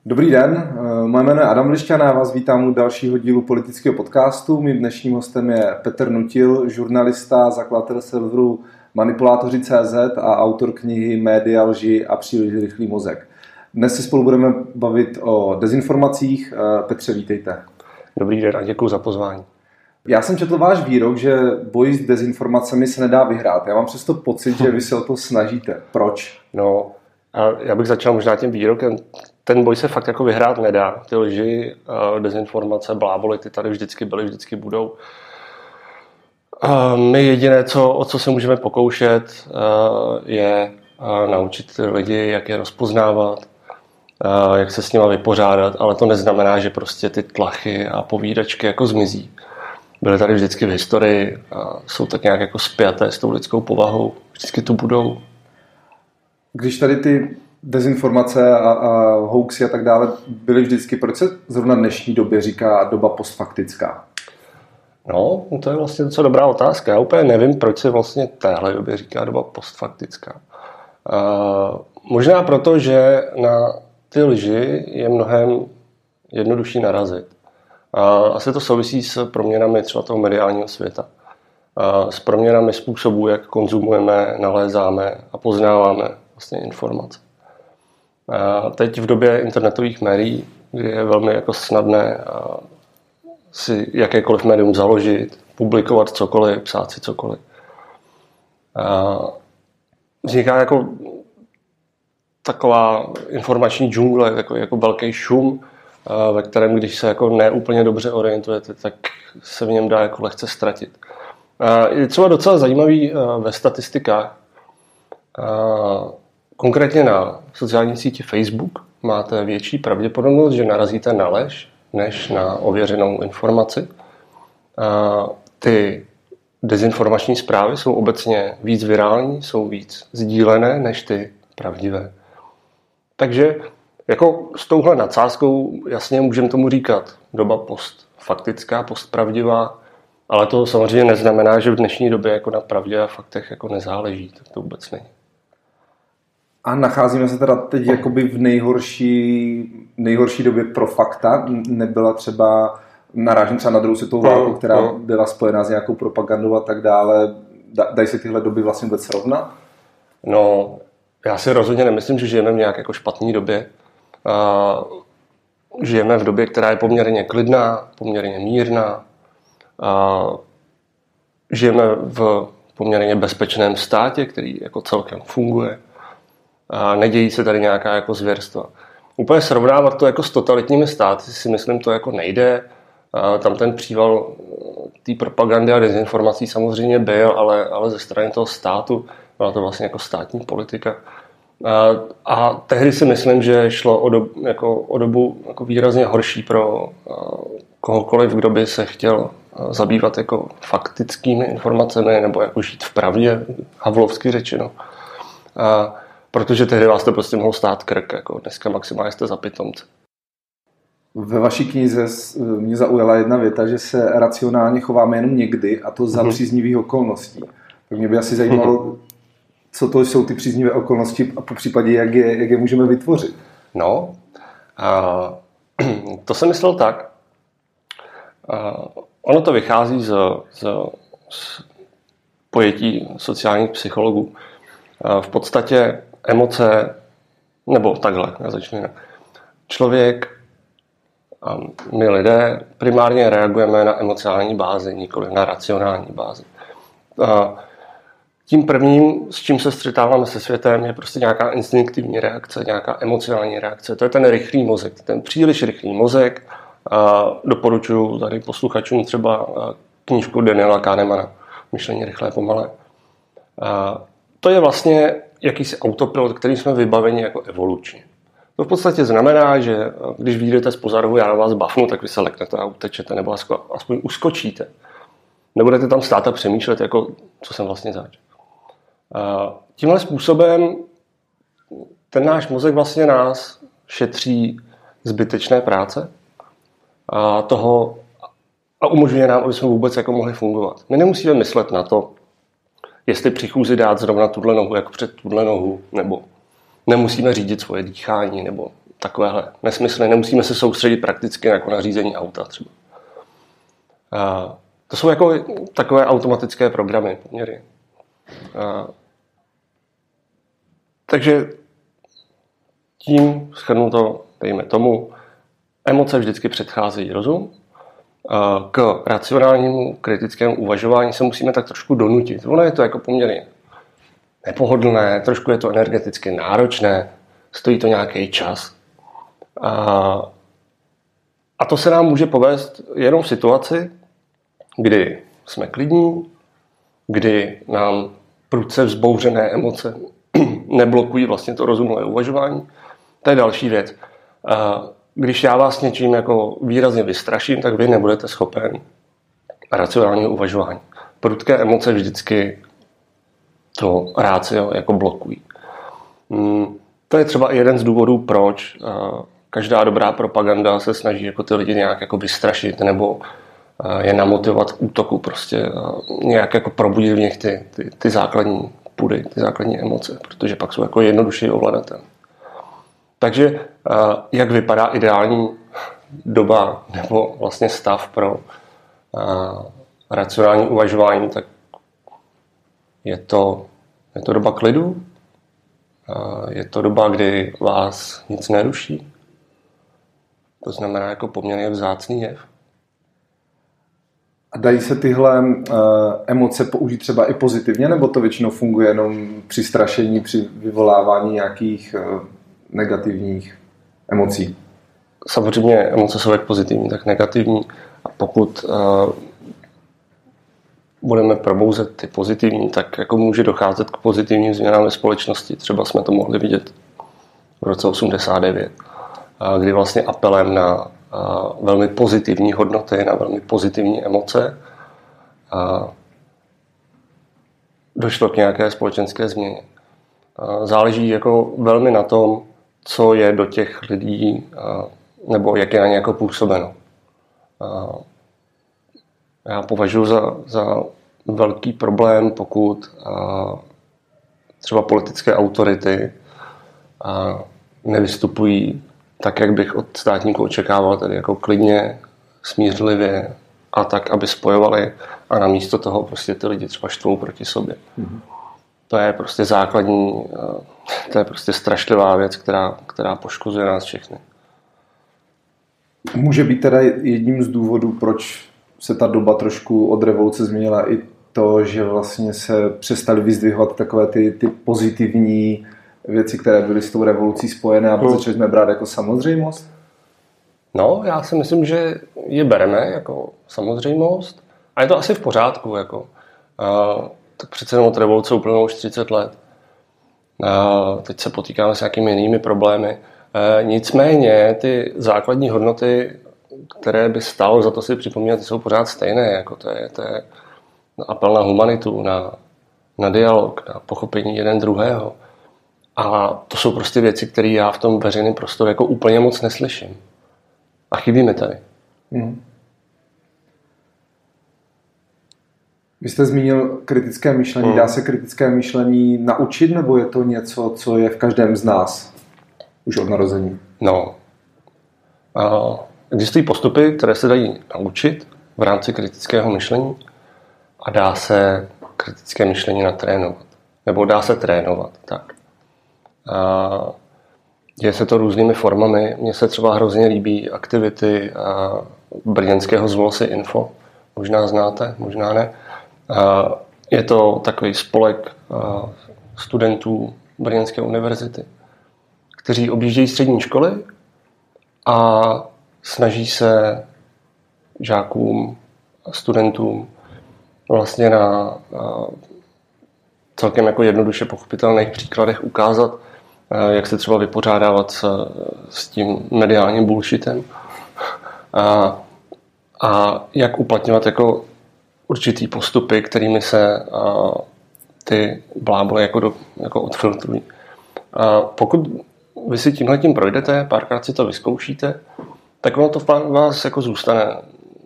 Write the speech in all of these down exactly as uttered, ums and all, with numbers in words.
Dobrý den, moje jméno je Adam Lišťan a já vás vítám u dalšího dílu politického podcastu. Mým dnešním hostem je Petr Nutil, žurnalista, zakladatel serveru Manipulátoři tečka cé zet a autor knihy Média, lži a příliš rychlý mozek. Dnes si spolu budeme bavit o dezinformacích. Petře, vítejte. Dobrý den a děkuji za pozvání. Já jsem četl váš výrok, že boj s dezinformacemi se nedá vyhrát. Já mám přesto pocit, že vy se o to snažíte. Proč? No, a já bych začal možná tím výrokem. Ten boj se fakt jako vyhrát nedá. Ty lži, dezinformace, bláboli, ty tady vždycky byly, vždycky budou. My jediné, co, o co se můžeme pokoušet, je naučit lidi, jak je rozpoznávat, jak se s nima vypořádat, ale to neznamená, že prostě ty tlachy a povídačky jako zmizí. Byly tady vždycky v historii a jsou tak nějak jako spjaté s tou lidskou povahou. Vždycky tu budou. Když tady ty dezinformace a, a hoaxy a tak dále byly vždycky, proč se zrovna v dnešní době říká doba postfaktická? No, to je vlastně docela dobrá otázka. Já úplně nevím, proč se vlastně téhle době říká doba postfaktická. Uh, možná proto, že na ty lži je mnohem jednodušší narazit. Uh, asi to souvisí s proměnami třeba toho mediálního světa. Uh, s proměnami způsobů, jak konzumujeme, nalézáme a poznáváme vlastně informace. Uh, teď v době internetových médií, kdy je velmi jako snadné uh, si jakékoliv médium založit, publikovat cokoliv, psát si cokoliv. Uh, vzniká jako taková informační džungle, jako, jako velký šum, ve kterém, když se jako neúplně dobře orientujete, tak se v něm dá jako lehce ztratit. Je třeba docela zajímavý ve statistikách. Konkrétně na sociální síti Facebook máte větší pravděpodobnost, že narazíte na lež, než na ověřenou informaci. Ty dezinformační zprávy jsou obecně víc virální, jsou víc sdílené, než ty pravdivé. Takže jako s touhle nadsázkou jasně můžeme tomu říkat doba postfaktická, postpravdivá, ale to samozřejmě neznamená, že v dnešní době jako na pravdě a faktech jako nezáleží. Tak to vůbec není. A nacházíme se teda teď jakoby v nejhorší, nejhorší době pro fakta. Nebyla třeba, narážím třeba na druhou světovou válku, která byla spojená s nějakou propagandou a tak dále. Dají se tyhle doby vlastně vůbec srovnat? No, já si rozhodně nemyslím, že žijeme v nějaké jako špatné době. Uh, žijeme v době, která je poměrně klidná, poměrně mírná. Uh, žijeme v poměrně bezpečném státě, který jako celkem funguje. Uh, nedějí se tady nějaká jako zvěrstva. Úplně srovnávat to jako s totalitními státy si myslím, to jako nejde. Uh, tam ten příval té propagandy a dezinformací samozřejmě byl, ale, ale ze strany toho státu byla to vlastně jako státní politika. A tehdy si myslím, že šlo o dobu, jako, o dobu jako výrazně horší pro kohokoliv, kdo by se chtěl zabývat jako faktickými informacemi nebo jako žít v pravdě, havlovsky řečeno. A protože tehdy vás to prostě mohlo stát krk, jako dneska maximálně jste za pitomce. Ve vaší knize mě zaujala jedna věta, že se racionálně chováme jenom někdy, a to za mm-hmm. příznivých okolností. Tak mě by asi zajímalo, mm-hmm. co to jsou ty příznivé okolnosti a po případě, jak je, jak je můžeme vytvořit? No, a, to jsem myslel tak. A, ono to vychází z, z, z pojetí sociálních psychologů. A v podstatě emoce, nebo takhle, já začnu jinak. Člověk a my lidé primárně reagujeme na emocionální bázi, nikoli na racionální bázi. A, Tím prvním, s čím se střetáváme se světem, je prostě nějaká instinktivní reakce, nějaká emocionální reakce. To je ten rychlý mozek, ten příliš rychlý mozek. A doporučuji tady posluchačům třeba knížku Daniela Kahnemana Myšlení rychlé pomalé. A to je vlastně jakýsi autopilot, který jsme vybaveni jako evolučně. To v podstatě znamená, že když vyjdete z pozadku, já na vás bafnu, tak vy se leknete a utečete, nebo aspoň uskočíte. Nebudete tam stát a přemýšlet, jako, co jsem vlastně zač. Tímhle způsobem ten náš mozek vlastně nás šetří zbytečné práce a toho a umožňuje nám, aby jsme vůbec jako mohli fungovat. My nemusíme myslet na to, jestli při chůzi dát zrovna tuhle nohu jako před tuhle nohu, nebo nemusíme řídit svoje dýchání, nebo takovéhle nesmysly. Nemusíme se soustředit prakticky jako na řízení auta třeba. A to jsou jako takové automatické programy poměry. A takže tím shrnuto, dejme tomu, emoce vždycky předcházejí rozum. K racionálnímu kritickému uvažování se musíme tak trošku donutit. Ono je to jako poměrně nepohodlné, trošku je to energeticky náročné, stojí to nějaký čas. A, a to se nám může povést jenom v situaci, kdy jsme klidní, kdy nám prudce vzbouřené emoce neblokují vlastně to rozumné uvažování. To je další věc. A když já vás něčím jako výrazně vystraším, tak vy nebudete schopen racionálního uvažování. Prudké emoce vždycky to rácio jako blokují. To je třeba jeden z důvodů, proč každá dobrá propaganda se snaží jako ty lidi nějak jako vystrašit nebo je namotivovat k útoku, prostě nějak jako probudit v nich ty, ty, ty základní pudy, ty základní emoce, protože pak jsou jako jednodušeji ovladatelné. Takže jak vypadá ideální doba nebo vlastně stav pro racionální uvažování, tak je to, je to doba klidu, je to doba, kdy vás nic neruší. To znamená jako poměrně vzácný jev. A dají se tyhle uh, emoce použít třeba i pozitivně, nebo to většinou funguje jenom při strašení, při vyvolávání nějakých uh, negativních emocí? Samozřejmě emoce jsou jak pozitivní, tak negativní. A pokud uh, budeme probouzet ty pozitivní, tak jako může docházet k pozitivním změnám ve společnosti. Třeba jsme to mohli vidět v roce osmdesát devět, uh, kdy vlastně apelem na a velmi pozitivní hodnoty, na velmi pozitivní emoce. A došlo k nějaké společenské změně. A záleží jako velmi na tom, co je do těch lidí, nebo jak je na ně jako působeno. A já považuji za, za velký problém, pokud třeba politické autority nevystupují tak, jak bych od státníků očekával, tedy jako klidně, smířlivě a tak, aby spojovali a namísto toho prostě ty lidi třeba štvou proti sobě. Mm-hmm. To je prostě základní, to je prostě strašlivá věc, která, která poškozuje nás všechny. Může být teda jedním z důvodů, proč se ta doba trošku od revoluce změnila, i to, že vlastně se přestali vyzdvihovat takové ty, ty pozitivní věci, které byly s tou revolucí spojené a začali jsme brát jako samozřejmost? No, já si myslím, že je bereme jako samozřejmost a je to asi v pořádku. Jako. Uh, tak přece od revoluce uplynulo už třicet let. Uh, teď se potýkáme s nějakými jinými problémy. Uh, nicméně ty základní hodnoty, které by stálo za to si připomínat, jsou pořád stejné. Jako to, je, to je apel na humanitu, na, na dialog, na pochopení jeden druhého. A to jsou prostě věci, které já v tom veřejném prostoru jako úplně moc neslyším. A chybí mi tady. Hmm. Vy jste zmínil kritické myšlení. Hmm. Dá se kritické myšlení naučit, nebo je to něco, co je v každém z nás už od narození? No. Uh, existují postupy, které se dají naučit v rámci kritického myšlení a dá se kritické myšlení natrénovat. Nebo dá se trénovat, tak. A děje se to různými formami. Mně se třeba hrozně líbí aktivity brněnského Zvolsi Info. Možná znáte, možná ne. A je to takový spolek studentů Brněnské univerzity, kteří objíždějí střední školy a snaží se žákům a studentům vlastně na celkem jako jednoduše pochopitelných příkladech ukázat, jak se třeba vypořádávat s, s tím mediálním bullshitem a, a jak uplatňovat jako určitý postupy, kterými se a, ty bláboly jako, do, jako odfiltrují. A pokud vy si tímhletím projdete, párkrát si to vyzkoušíte, tak ono to v vás jako zůstane.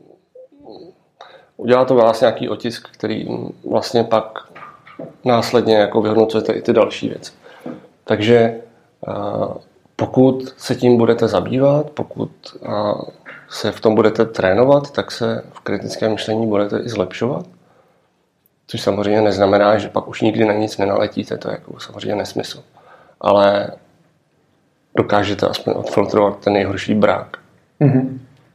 Udělá to vás nějaký otisk, který vlastně pak následně jako vyhodnocujete i ty další věci. Takže pokud se tím budete zabývat, pokud se v tom budete trénovat, tak se v kritickém myšlení budete i zlepšovat. Což samozřejmě neznamená, že pak už nikdy na nic nenaletíte, to je jako samozřejmě nesmysl. Ale dokážete aspoň odfiltrovat ten nejhorší brák. Mm-hmm.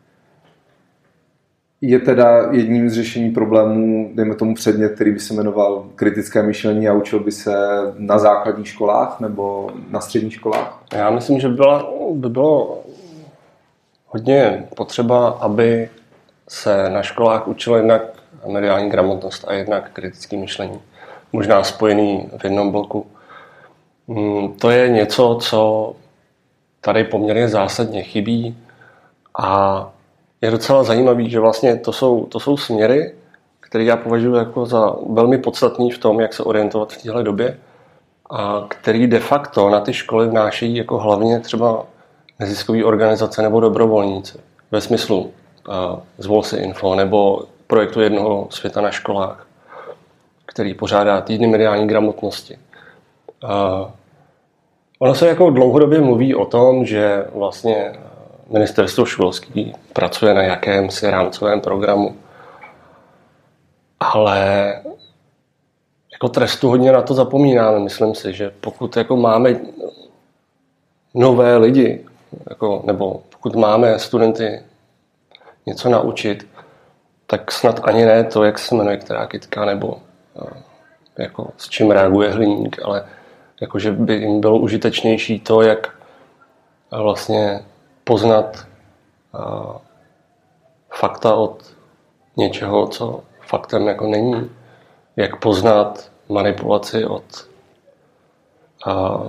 Je teda jedním z řešení problémů, dejme tomu předmět, který by se jmenoval kritické myšlení a učil by se na základních školách nebo na středních školách? Já myslím, že by, byla, by bylo hodně potřeba, aby se na školách učilo jednak mediální gramotnost a jednak kritické myšlení. Možná spojený v jednom bloku. To je něco, co tady poměrně zásadně chybí a je docela zajímavý, že vlastně to jsou, to jsou směry, které já považuji jako za velmi podstatný v tom, jak se orientovat v téhle době a který de facto na ty školy vnášejí jako hlavně třeba neziskové organizace nebo dobrovolníci. Ve smyslu uh, Zvol si info nebo projektu Jednoho světa na školách, který pořádá týdny mediální gramotnosti. Uh, ono se jako dlouhodobě mluví o tom, že vlastně ministerstvo školství pracuje na jakémsi rámcovém programu. Ale jako trestu hodně na to zapomínáme. Myslím si, že pokud jako máme nové lidi, jako, nebo pokud máme studenty něco naučit, tak snad ani ne to, jak se jmenuje která kytka, nebo jako s čím reaguje hliník, ale jako, že by jim bylo užitečnější to, jak vlastně poznat uh, fakta od něčeho, co faktem jako není. Jak poznat manipulaci od, uh,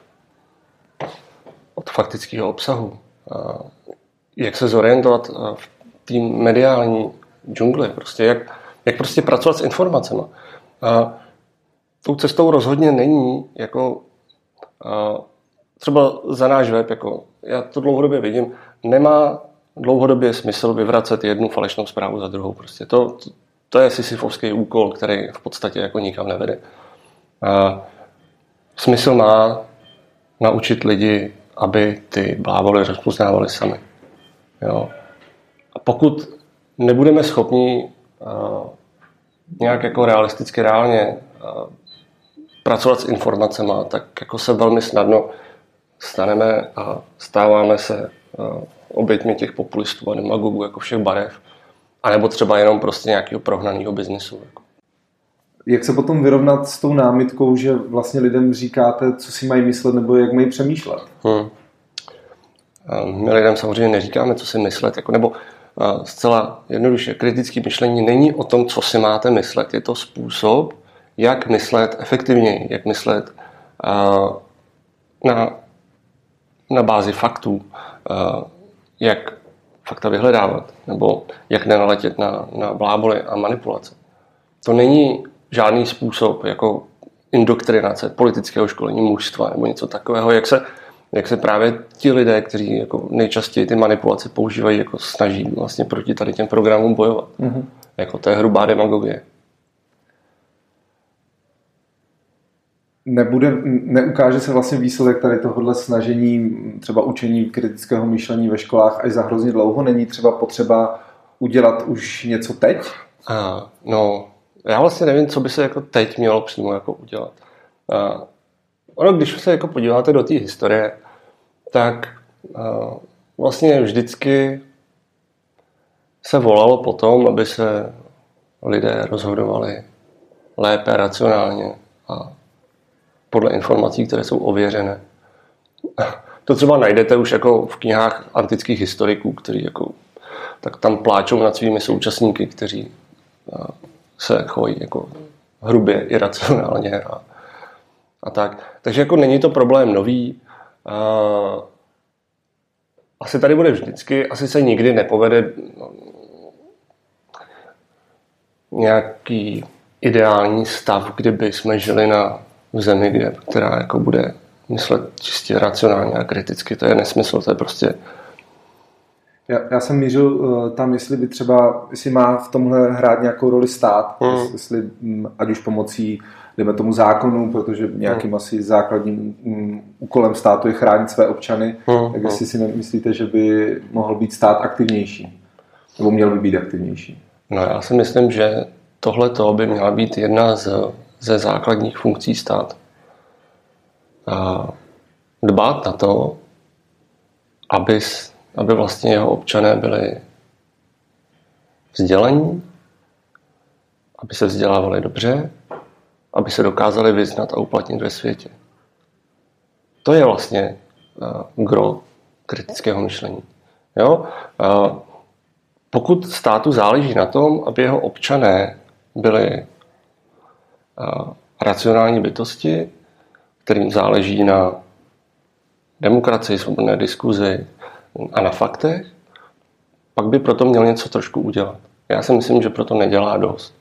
od faktického obsahu. Uh, jak se zorientovat uh, v té mediální džungli. Prostě jak, jak prostě pracovat s informacemi. Uh, tou cestou rozhodně není jako uh, třeba za náš web, jako já to dlouhodobě vidím, nemá dlouhodobě smysl vyvracet jednu falešnou zprávu za druhou. Prostě to, to, to je sisyfovský úkol, který v podstatě jako nikam nevede. A smysl má naučit lidi, aby ty bláboly rozpoznávali sami. Jo. A pokud nebudeme schopni uh, nějak jako realisticky, reálně uh, pracovat s informacemi, tak jako se velmi snadno staneme a stáváme se oběťmi těch populistů a demagogů jako všech barev. A nebo třeba jenom prostě nějakého prohnaného biznesu. Jako. Jak se potom vyrovnat s tou námitkou, že vlastně lidem říkáte, co si mají myslet nebo jak mají přemýšlet? Hmm. My lidem samozřejmě neříkáme, co si myslet. Jako, nebo zcela jednoduše, kritické myšlení není o tom, co si máte myslet. Je to způsob, jak myslet efektivněji, jak myslet uh, na na bázi faktů, jak fakta vyhledávat, nebo jak nenaletět na, na bláboly a manipulace. To není žádný způsob jako indoktrinace politického školení mužstva nebo něco takového, jak se, jak se právě ti lidé, kteří jako nejčastěji ty manipulace používají, jako snaží vlastně proti tady těm programům bojovat. Mm-hmm. Jako to je hrubá demagogie. Nebude, neukáže se vlastně výsledek tady tohohle snažení třeba učení kritického myšlení ve školách až za hrozně dlouho? Není třeba potřeba udělat už něco teď? A, no, já vlastně nevím, co by se jako teď mělo přímo jako udělat. A, ono, když se jako podíváte do té historie, tak a, vlastně vždycky se volalo po tom, aby se lidé rozhodovali lépe, racionálně a podle informací, které jsou ověřené. To třeba najdete už jako v knihách antických historiků, kteří jako, tak tam pláčou nad svými současníky, kteří se chovají jako hrubě, iracionálně a, a tak. Takže jako není to problém nový. Asi tady bude vždycky, asi se nikdy nepovede nějaký ideální stav, kdyby jsme žili na v zemi, kde, která jako bude myslet čistě racionálně a kriticky. To je nesmysl, to je prostě Já, já jsem mířil uh, tam, jestli by třeba, jestli má v tomhle hrát nějakou roli stát, mm. jestli, jestli ať už pomocí, dejme tomu zákonu, protože nějakým mm. asi základním um, úkolem státu je chránit své občany, mm. tak jestli si myslíte, že by mohl být stát aktivnější, nebo měl by být aktivnější? No já si myslím, že tohleto by měla být jedna z, ze základních funkcí státu. A dbát na to, aby, aby vlastně jeho občané byli vzdělaní, aby se vzdělávali dobře, aby se dokázali vyznat a uplatnit ve světě. To je vlastně uh, gro kritického myšlení. Jo? Uh, pokud státu záleží na tom, aby jeho občané byli uh, racionální bytosti, kterým záleží na demokracii, svobodné diskuzi a na faktech, pak by proto měl něco trošku udělat. Já si myslím, že proto nedělá dost.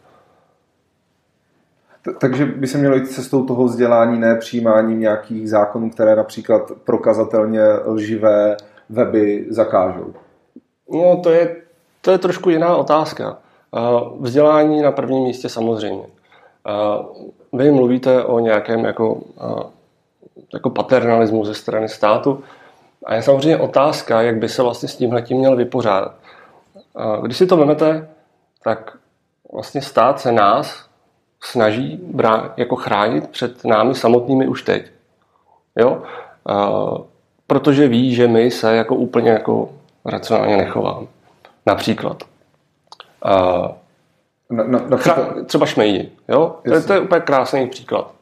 Takže by se mělo jít cestou toho vzdělání, ne přijímáním nějakých zákonů, které například prokazatelně lživé weby zakážou. No, to je, to je trošku jiná otázka. Vzdělání na prvním místě samozřejmě. Vy mluvíte o nějakém jako, jako paternalismu ze strany státu a je samozřejmě otázka, jak by se vlastně s tímhletím měl vypořádat. Když si to vezmete, tak vlastně stát se nás snaží brát, jako chránit před námi samotnými už teď. Jo? Protože ví, že my se jako úplně jako racionálně nechováme. Například. Na, na, například... Chra, třeba šmejdi. Jo? To, je, to je úplně krásný příklad.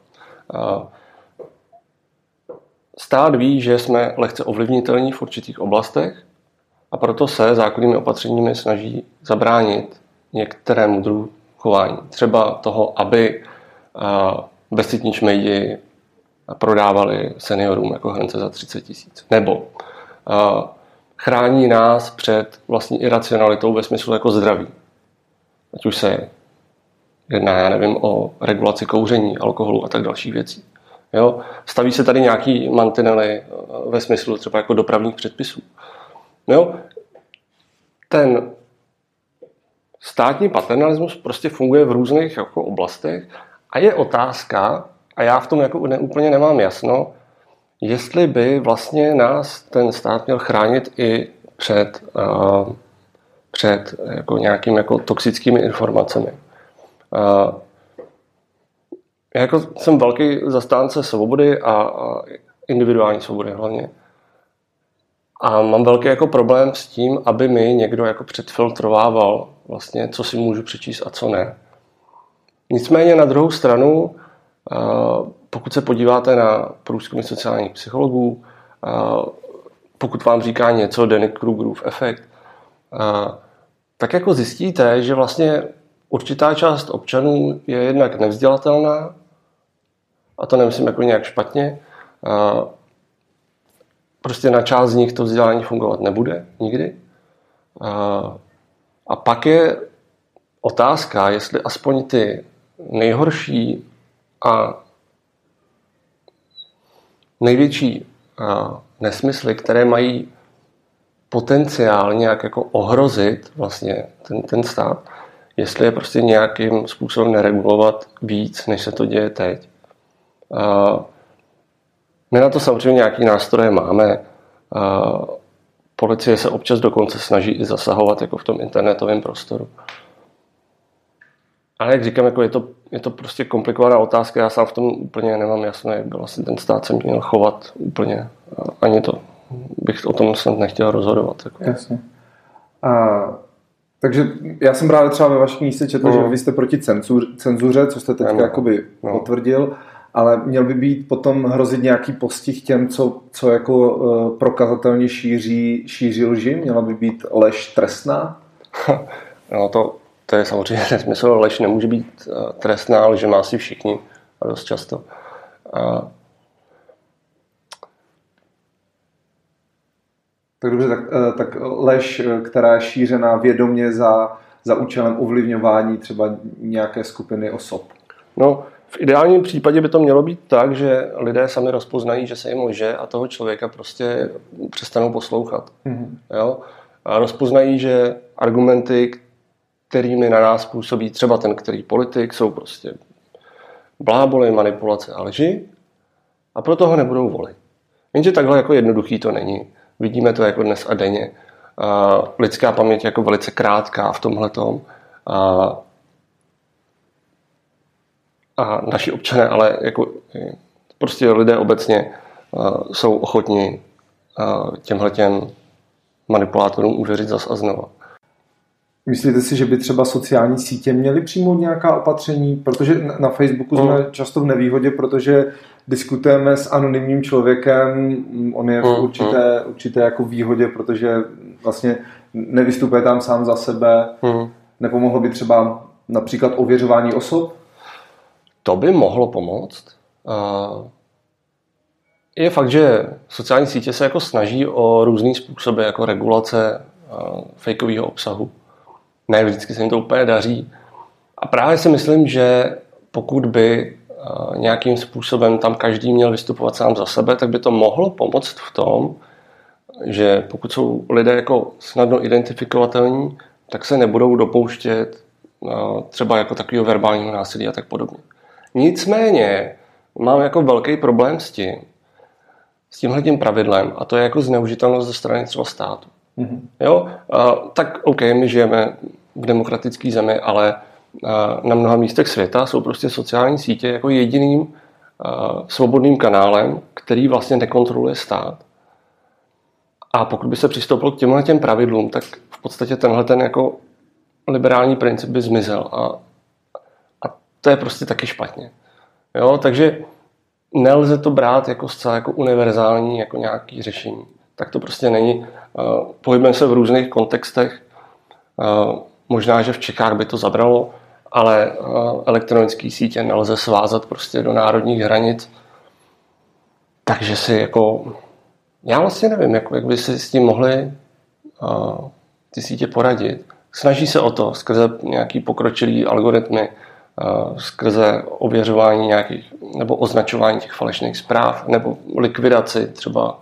Stát ví, že jsme lehce ovlivnitelní v určitých oblastech a proto se zákonnými opatřeními snaží zabránit některému druhu chování. Třeba toho, aby bezcitní šmejdi prodávali seniorům jako hrnce za třicet tisíc. Nebo chrání nás před vlastní iracionalitou ve smyslu jako zdraví. Ať už se jedná, já nevím, o regulaci kouření, alkoholu a tak dalších věcí. Jo? Staví se tady nějaký mantinely ve smyslu třeba jako dopravních předpisů. Jo? Ten státní paternalismus prostě funguje v různých jako oblastech a je otázka, a já v tom jako úplně nemám jasno, jestli by vlastně nás ten stát měl chránit i před, uh, před jako nějakými jako toxickými informacemi. Uh, já jako jsem velký zastánce svobody a, a individuální svobody hlavně. A mám velký jako problém s tím, aby mi někdo jako předfiltrovával vlastně, co si můžu přečíst a co ne. Nicméně na druhou stranu, pokud se podíváte na průzkumy sociálních psychologů, pokud vám říká něco Danny Krugerův efekt, tak jako zjistíte, že vlastně určitá část občanů je jednak nevzdělatelná, a to nemyslím jako nějak špatně, prostě na část z nich to vzdělání fungovat nebude nikdy. A pak je otázka, jestli aspoň ty nejhorší a největší nesmysly, které mají potenciál nějak jako ohrozit vlastně ten, ten stát, jestli je prostě nějakým způsobem neregulovat víc, než se to děje teď. My na to samozřejmě nějaký nástroje máme. Policie se občas dokonce snaží i zasahovat jako v tom internetovém prostoru. Ale jak říkám, jako je, to, je to prostě komplikovaná otázka. Já sám v tom úplně nemám jasno, jak by vlastně ten stát se měl chovat úplně. Ani to bych o tom snad nechtěl rozhodovat. Jako. Jasně. A, takže já jsem právě třeba ve vašem místě četl, mm. že vy jste proti cenzur, cenzuře, co jste teďka jakoby no. potvrdil, ale měl by být potom hrozit nějaký postih těm, co, co jako uh, prokazatelně šíří, šíří lži? Měla by být lež trestná? No to, to je samozřejmě nesmysl. Lež nemůže být uh, trestná, ale že má si všichni a dost často. Uh, tak dobře, tak, uh, tak lež, která je šířená vědomě za, za účelem ovlivňování třeba nějaké skupiny osob. No, v ideálním případě by to mělo být tak, že lidé sami rozpoznají, že se jim lže a toho člověka prostě přestanou poslouchat. Mm-hmm. Jo? rozpoznají, že argumenty, kterými na nás působí třeba ten, který politik, jsou prostě bláboly, manipulace a lži a proto ho nebudou volit. Jenže takhle jako jednoduchý to není. Vidíme to jako dnes a denně. A lidská paměť je jako velice krátká v tomhletom. A, a naši občané, ale jako prostě lidé obecně jsou ochotní těmhletěm manipulátorům uvěřit zas a znova. Myslíte si, že by třeba sociální sítě měly přijmout nějaká opatření? Protože na Facebooku jsme mm. často v nevýhodě, protože diskutujeme s anonymním člověkem, on je v určité, mm. určité jako výhodě, protože vlastně nevystupuje tam sám za sebe. Mm. Nepomohlo by třeba například ověřování osob? To by mohlo pomoct. Je fakt, že sociální sítě se jako snaží o různý způsoby jako regulace fejkového obsahu. Ne vždycky se jim to úplně daří. A právě si myslím, že pokud by nějakým způsobem tam každý měl vystupovat sám za sebe, tak by to mohlo pomoct v tom, že pokud jsou lidé jako snadno identifikovatelní, tak se nebudou dopouštět třeba jako takového verbálního násilí a tak podobně. Nicméně mám jako velký problém s tím, s tímhletím pravidlem, a to je jako zneužitelnost ze strany třeba státu. Mm-hmm. Jo? A, tak OK, my žijeme v demokratické zemi, ale a, na mnoha místech světa jsou prostě sociální sítě jako jediným a, svobodným kanálem, který vlastně nekontroluje stát. A pokud by se přistoupilo k těmhle těm pravidlům, tak v podstatě tenhle ten jako liberální princip by zmizel. A, a to je prostě taky špatně. Jo? Takže nelze to brát jako zcela jako univerzální jako nějaký řešení. Tak to prostě není. Pohybujeme se v různých kontextech. Možná, že v Čechách by to zabralo, ale elektronické sítě nelze svázat prostě do národních hranic. Takže si jako... Já vlastně nevím, jak, jak by si s tím mohli ty sítě poradit. Snaží se o to skrze nějaký pokročilý algoritmy, skrze ověřování nějakých nebo označování těch falešných zpráv nebo likvidaci třeba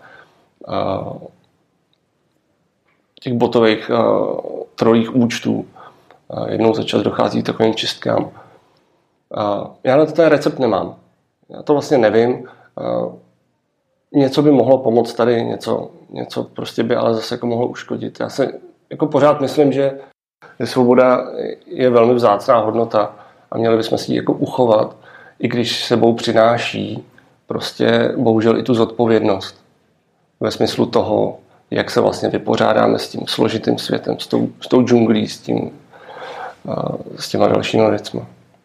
těch botových trolích účtů. Jednou za čas dochází k takovým čistkám. Já na to ten recept nemám. Já to vlastně nevím. Něco by mohlo pomoct tady, něco, něco prostě by ale zase jako mohlo uškodit. Já se jako pořád myslím, že svoboda je velmi vzácná hodnota a měli bychom si ji jako uchovat, i když sebou přináší prostě bohužel i tu zodpovědnost ve smyslu toho, jak se vlastně vypořádáme s tím složitým světem, s tou, s tou džunglí, s, tím, s těma dalšíma věcma.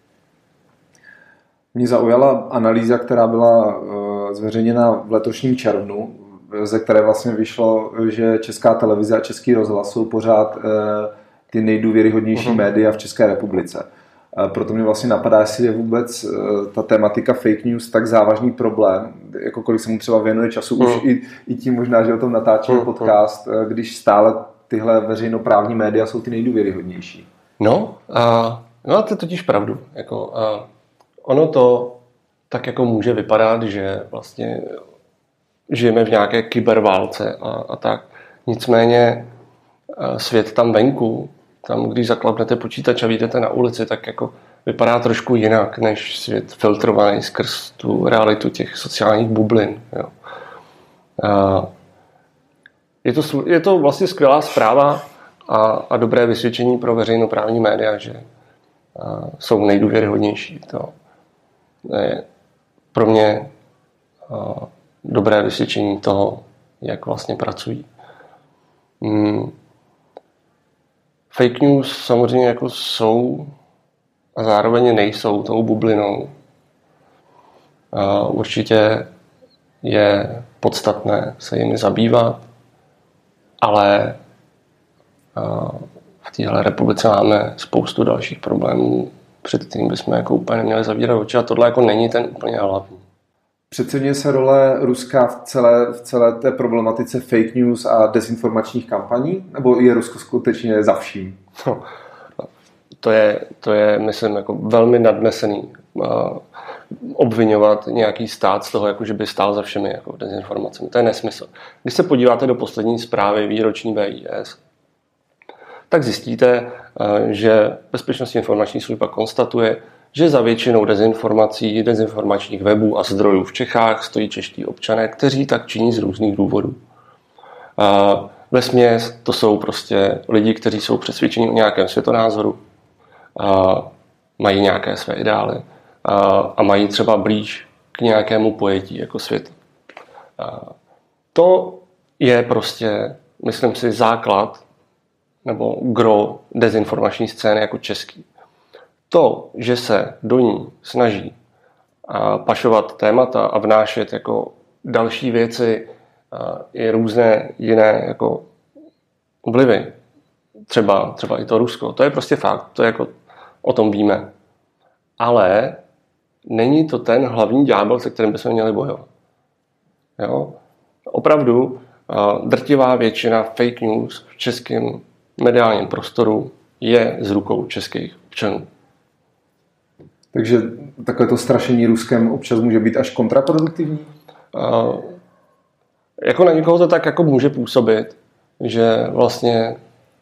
Mě zaujala analýza, která byla zveřejněna v letošním červnu, ze které vlastně vyšlo, že Česká televize a Český rozhlas jsou pořád ty nejdůvěryhodnější uh-huh. média v České republice. Proto mě vlastně napadá, jestli je vůbec ta tematika fake news tak závažný problém, jako kolik se mu třeba věnuje času, uh-huh. už i, i tím možná, že o tom natáčíme uh-huh. podcast, když stále tyhle veřejnoprávní média jsou ty nejdůvěryhodnější. No, a, no a to je totiž pravdu. Jako, a ono to tak jako může vypadat, že vlastně žijeme v nějaké kyberválce a, a tak. Nicméně svět tam venku, tam, když zaklapnete počítač a vyjdete na ulici, tak jako vypadá trošku jinak, než svět filtrovaný skrz tu realitu těch sociálních bublin. Jo. A je, to, je to vlastně skvělá zpráva a, a dobré vysvědčení pro veřejnoprávní média, že a, jsou nejdůvěryhodnější. To je pro mě a, dobré vysvědčení toho, jak vlastně pracují. Hmm. Fake news samozřejmě jako jsou a zároveň nejsou tou bublinou. A určitě je podstatné se jimi zabývat, ale v téhle republice máme spoustu dalších problémů, před kterým bychom jako úplně neměli zavírat oči a tohle jako není ten úplně hlavní. Přeceňuje se role Ruska v celé, v celé té problematice fake news a dezinformačních kampaní? Nebo je Rusko skutečně za vším? No, to, je, to je, myslím, jako velmi nadnesený uh, obvinovat nějaký stát z toho, jako že by stál za všemi jako dezinformacemi. To je nesmysl. Když se podíváte do poslední zprávy výroční V I S, tak zjistíte, že Bezpečnostní informační služba konstatuje, že za většinou dezinformací, dezinformačních webů a zdrojů v Čechách stojí čeští občané, kteří tak činí z různých důvodů. Vesměs to jsou prostě lidi, kteří jsou přesvědčeni o nějakém světonázoru, mají nějaké své ideály a mají třeba blíž k nějakému pojetí jako svět. To je prostě, myslím si, základ nebo gro dezinformační scény jako český. To, že se do ní snaží pašovat témata a vnášet jako další věci i různé jiné jako vlivy, třeba, třeba i to Rusko, to je prostě fakt, to je jako, o tom víme. Ale není to ten hlavní ďábel, se kterým bychom měli bojovat. Jo? Opravdu drtivá většina fake news v českém mediálním prostoru je z rukou českých občanů. Takže takové to strašení Ruskem občas může být až kontraproduktivní? Uh, jako na někoho to tak jako může působit, že vlastně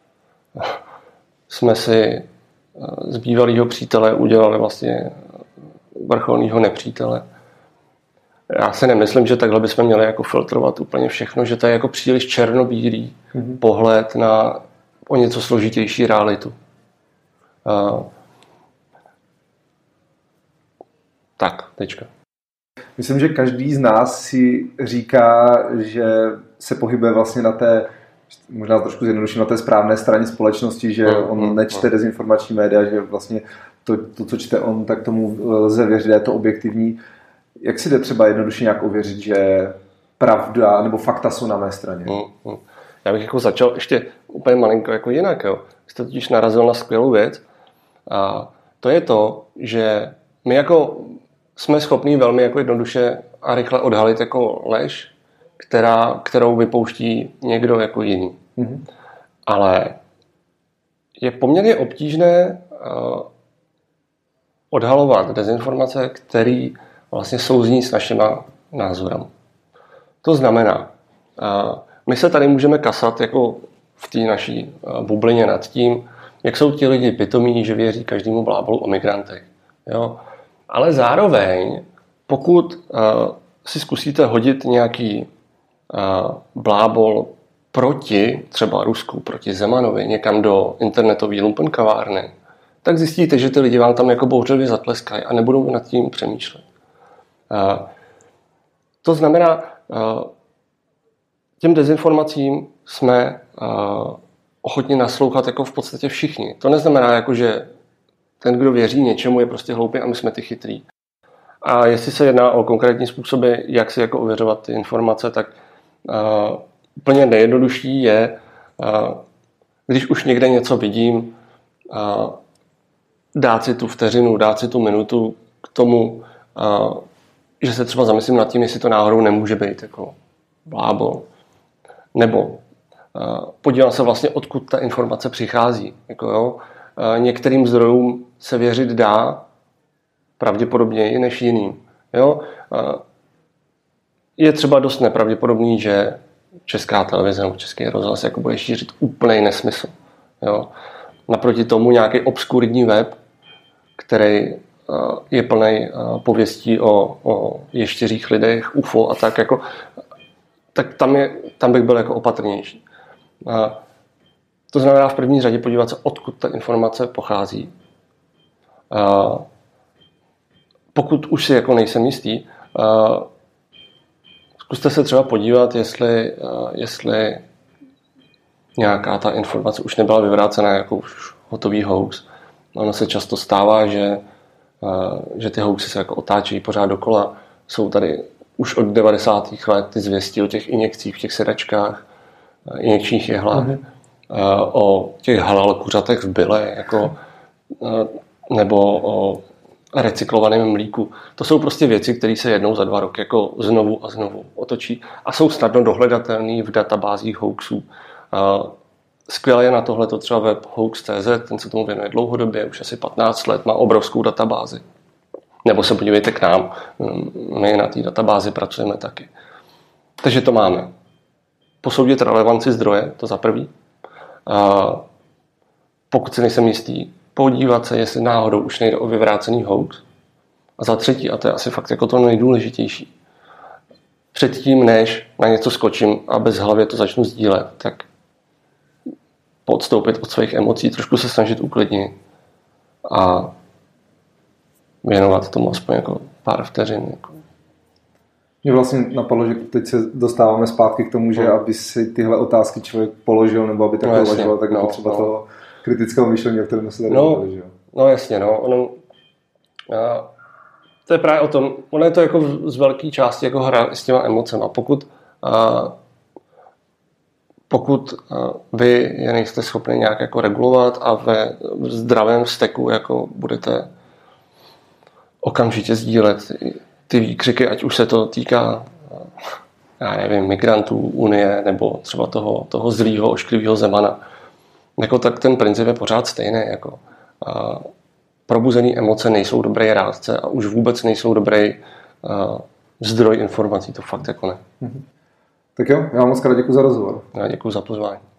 jsme si z bývalého přítele udělali vlastně vrcholného nepřítele. Já si nemyslím, že takhle bychom měli jako filtrovat úplně všechno, že to je jako příliš černobílý mm-hmm. pohled na o něco složitější realitu. Uh, tak, tečka. Myslím, že každý z nás si říká, že se pohybuje vlastně na té, možná trošku zjednoduším, na té správné straně společnosti, že mm, on nečte mm. dezinformační média, že vlastně to, to, co čte on, tak tomu lze věřit, je to objektivní. Jak si jde třeba jednoduše nějak ověřit, že pravda nebo fakta jsou na mé straně? Mm, mm. Já bych jako začal ještě úplně malinko jako jinak. Jo. Jste totiž narazil na skvělou věc. A to je to, že my jako jsme schopní velmi jako jednoduše a rychle odhalit jako lež, která, kterou vypouští někdo jako jiný. Mm-hmm. Ale je poměrně obtížné uh, odhalovat dezinformace, které vlastně souzní s našima názorem. To znamená, uh, my se tady můžeme kasat jako v té naší uh, bublině nad tím, jak jsou ti lidi pitomí, že věří každému blábolu o migrantech. Jo? Ale zároveň, pokud uh, si zkusíte hodit nějaký uh, blábol proti třeba Rusku, proti Zemanovi, někam do internetové lumpenkavárny, tak zjistíte, že ty lidi vám tam jako bouřlivě zatleskají a nebudou nad tím přemýšlet. Uh, to znamená, uh, těm dezinformacím jsme uh, ochotni naslouchat jako v podstatě všichni. To neznamená, jako, že ten, kdo věří něčemu, je prostě hloupý a my jsme ty chytrý. A jestli se jedná o konkrétní způsoby, jak si jako ověřovat ty informace, tak uh, úplně nejjednodušší je, uh, když už někde něco vidím, uh, dát si tu vteřinu, dát si tu minutu k tomu, uh, že se třeba zamyslím nad tím, jestli to náhodou nemůže být jako blábol. Nebo uh, podívám se vlastně, odkud ta informace přichází. Jako, jo, některým zdrojům se věřit dá pravděpodobněji než jiným. Jo? Je třeba dost nepravděpodobný, že Česká televize nebo Český rozhlas jako bude šířit úplný nesmysl. Jo? Naproti tomu nějaký obskurní web, který je plný pověstí o, o ještěřích lidech, U F O a tak, jako, tak tam, je, tam bych byl jako opatrnější. To znamená v první řadě podívat se, odkud ta informace pochází. Uh, pokud už si jako nejsem jistý, uh, zkuste se třeba podívat, jestli, uh, jestli nějaká ta informace už nebyla vyvrácena jako už hotový hoax. Ono se často stává, že, uh, že ty hoaxy se jako otáčejí pořád dokola. Jsou tady už od devadesátých let ty zvěsti o těch injekcích v těch sedačkách, uh, injekčních jehlách. Mm-hmm. O těch halal kuřatech v byle, jako, nebo o recyklovaném mlíku. To jsou prostě věci, které se jednou za dva roky jako znovu a znovu otočí a jsou snadno dohledatelné v databázích hoaxů. Skvěle je na tohleto třeba web hoax tečka cé zet, ten se tomu věnuje dlouhodobě, už asi patnáct let, má obrovskou databázi. Nebo se podívejte k nám, my na té databázi pracujeme taky. Takže to máme. Posoudit relevanci zdroje, to za prvý. pokud si nejsem jistý, podívat se, jestli náhodou už nejde o vyvrácený hoax. A za třetí, a to je asi fakt jako to nejdůležitější, předtím, než na něco skočím a bezhlavě to začnu sdílet, tak podstoupit od svých emocí, trošku se snažit uklidnit a věnovat tomu aspoň jako pár vteřin. Jako. Mě vlastně napadlo, že teď se dostáváme zpátky k tomu, že no. aby si tyhle otázky člověk položil, nebo aby takhle no, uvažoval, tak je no, potřeba no. toho kritického myšlení, o kterém se tady no, mluvili, že jo? No jasně, no. Ono, a, to je právě o tom, ono je to jako z velké části jako hra s těma emocema. Pokud a, pokud a, vy je nejste schopni nějak jako regulovat a ve zdravém vzteku jako budete okamžitě sdílet ty výkřiky, ať už se to týká, já nevím, migrantů, Unie, nebo třeba toho, toho zlýho, ošklivého Zemana, jako tak ten princip je pořád stejný. Jako, a probuzený emoce nejsou dobrý rádce a už vůbec nejsou dobrý a, zdroj informací, to fakt jako ne. Tak jo, já moc krát děkuji za rozhovor. Já děkuji za pozvání.